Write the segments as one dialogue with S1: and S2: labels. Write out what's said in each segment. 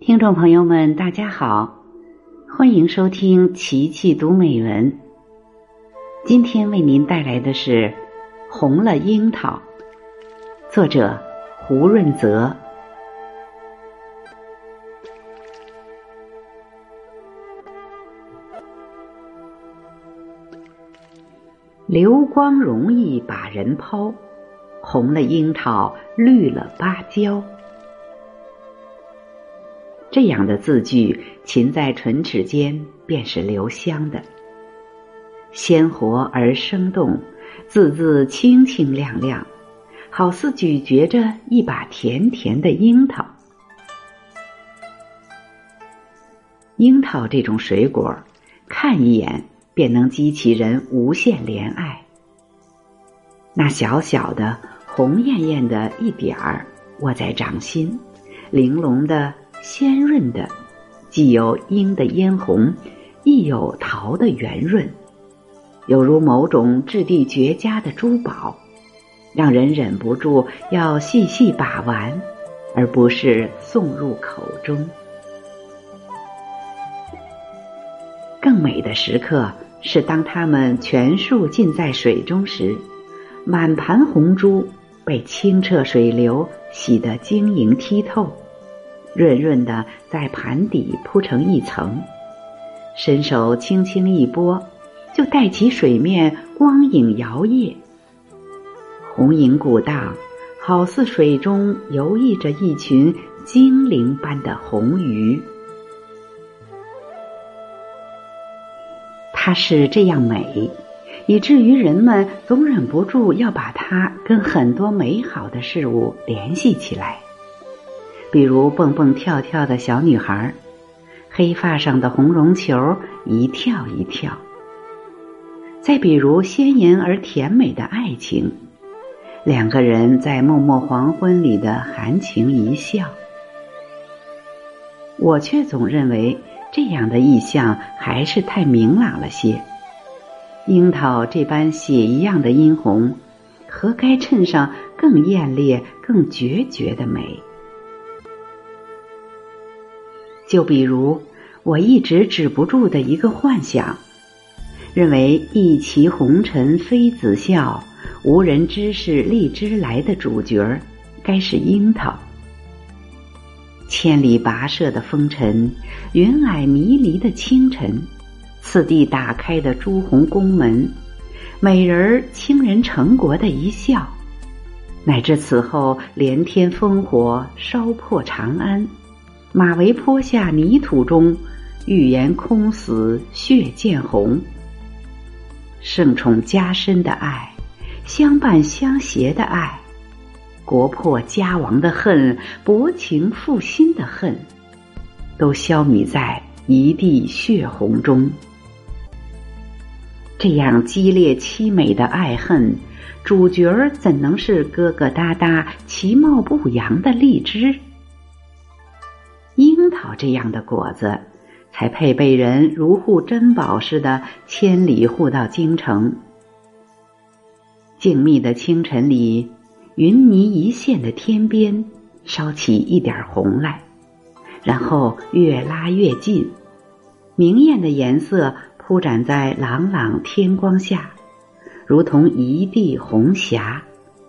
S1: 听众朋友们大家好，欢迎收听琪琪读美文。今天为您带来的是《红了樱桃》，作者胡润泽。流光容易把人抛，红了樱桃，绿了芭蕉。这样的字句擒在唇齿间，便是留香的，鲜活而生动，字字清清亮亮，好似咀嚼着一把甜甜的樱桃。樱桃这种水果，看一眼便能激起人无限怜爱。那小小的红艳艳的一点儿，握在掌心，玲珑的鲜润的，既有樱的嫣红，亦有桃的圆润，有如某种质地绝佳的珠宝，让人忍不住要细细把玩，而不是送入口中。更美的时刻是当它们全数浸在水中时，满盘红珠被清澈水流洗得晶莹剔透，润润的在盘底铺成一层，伸手轻轻一拨，就带起水面光影摇曳，红影鼓荡，好似水中游弋着一群精灵般的红鱼。它是这样美，以至于人们总忍不住要把它跟很多美好的事物联系起来，比如蹦蹦跳跳的小女孩，黑发上的红绒球一跳一跳；再比如鲜艳而甜美的爱情，两个人在默默黄昏里的含情一笑。我却总认为这样的意象还是太明朗了些。樱桃这般血一样的殷红，何该衬上更艳烈更决绝的美？就比如我一直止不住的一个幻想，认为一骑红尘妃子笑，无人知是荔枝来的主角该是樱桃。千里跋涉的风尘，云霭迷离的清晨，次第打开的朱红宫门，美人倾人成国的一笑，乃至此后连天烽火烧破长安，马嵬坡下泥土中，预言空死血渐红。圣宠加深的爱，相伴相携的爱，国破家亡的恨，薄情负心的恨，都消弭在一地血红中。这样激烈凄美的爱恨，主角怎能是疙疙瘩瘩其貌不扬的荔枝？樱桃这样的果子，才配被人如护珍宝似的千里护到京城。静谧的清晨里，云霓一线的天边烧起一点红来，然后越拉越近，明艳的颜色铺展在朗朗天光下，如同一地红霞。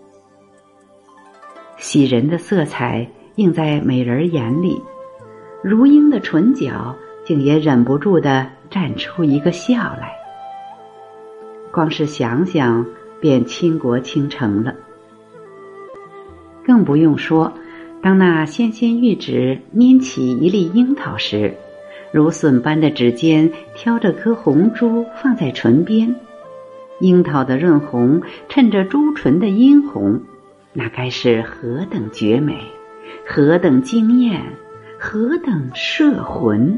S1: 喜人的色彩映在美人眼里，如樱的唇角竟也忍不住地绽出一个笑来。光是想想便倾国倾城了。更不用说，当那纤纤玉指拈起一粒樱桃时，如笋般的指尖挑着颗红珠放在唇边，樱桃的润红衬着朱唇的殷红，那该是何等绝美，何等惊艳，何等摄魂。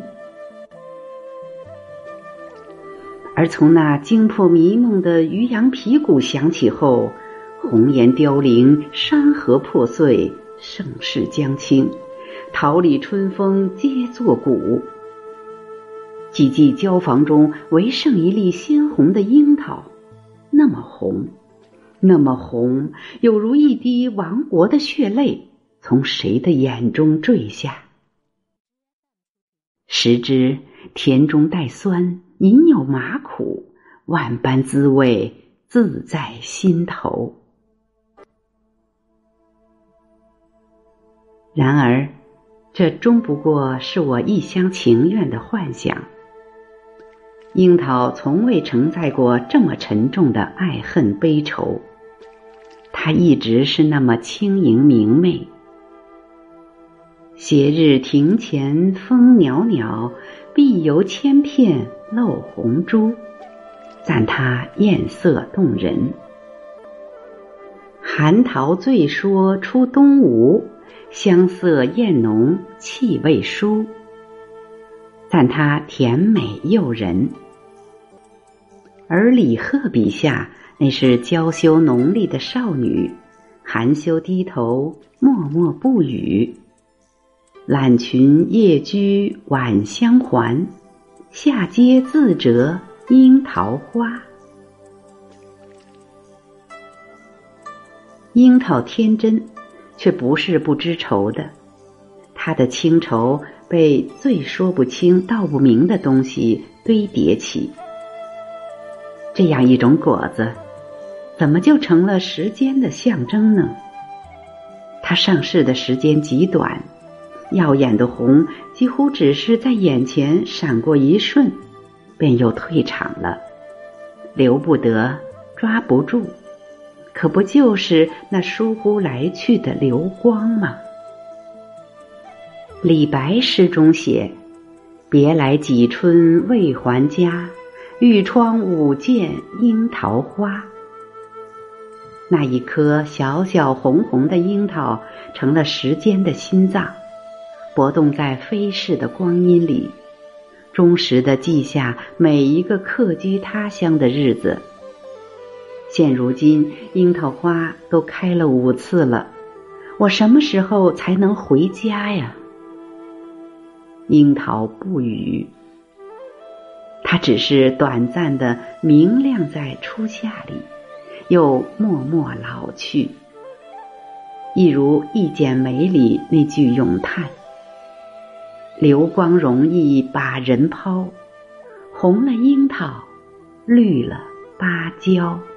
S1: 而从那惊破迷梦的渔阳皮鼓响起后，红颜凋零，山河破碎，盛世将倾，桃李春风皆作古。几记交房中唯剩一粒鲜红的樱桃，那么红，那么红，有如一滴亡国的血泪从谁的眼中坠下。 食之甜中带酸，隐有麻苦，万般滋味自在心头。然而，这终不过是我一厢情愿的幻想。樱桃从未承载过这么沉重的爱恨悲愁，它一直是那么轻盈明媚。斜日庭前风袅袅，碧油千片露红珠，赞它艳色动人。寒桃醉说出东吴，香色艳浓气味殊，赞它甜美诱人。而李贺笔下那是娇羞浓丽的少女，含羞低头，默默不语。揽裙夜居晚相还，下阶自折樱桃花。樱桃天真，却不是不知愁的。她的清愁被最说不清道不明的东西堆叠起。这样一种果子，怎么就成了时间的象征呢？它上市的时间极短，耀眼的红几乎只是在眼前闪过一瞬，便又退场了，留不得，抓不住，可不就是那疏忽来去的流光吗？李白诗中写：别来几春未还家，玉窗舞见樱桃花。那一颗小小红红的樱桃成了时间的心脏，搏动在飞逝的光阴里，忠实地记下每一个客居他乡的日子。现如今樱桃花都开了5次了，我什么时候才能回家呀？樱桃不语，它只是短暂地明亮在初夏里，又默默老去，一如《一剪梅》里那句咏叹：流光容易把人抛，红了樱桃，绿了芭蕉。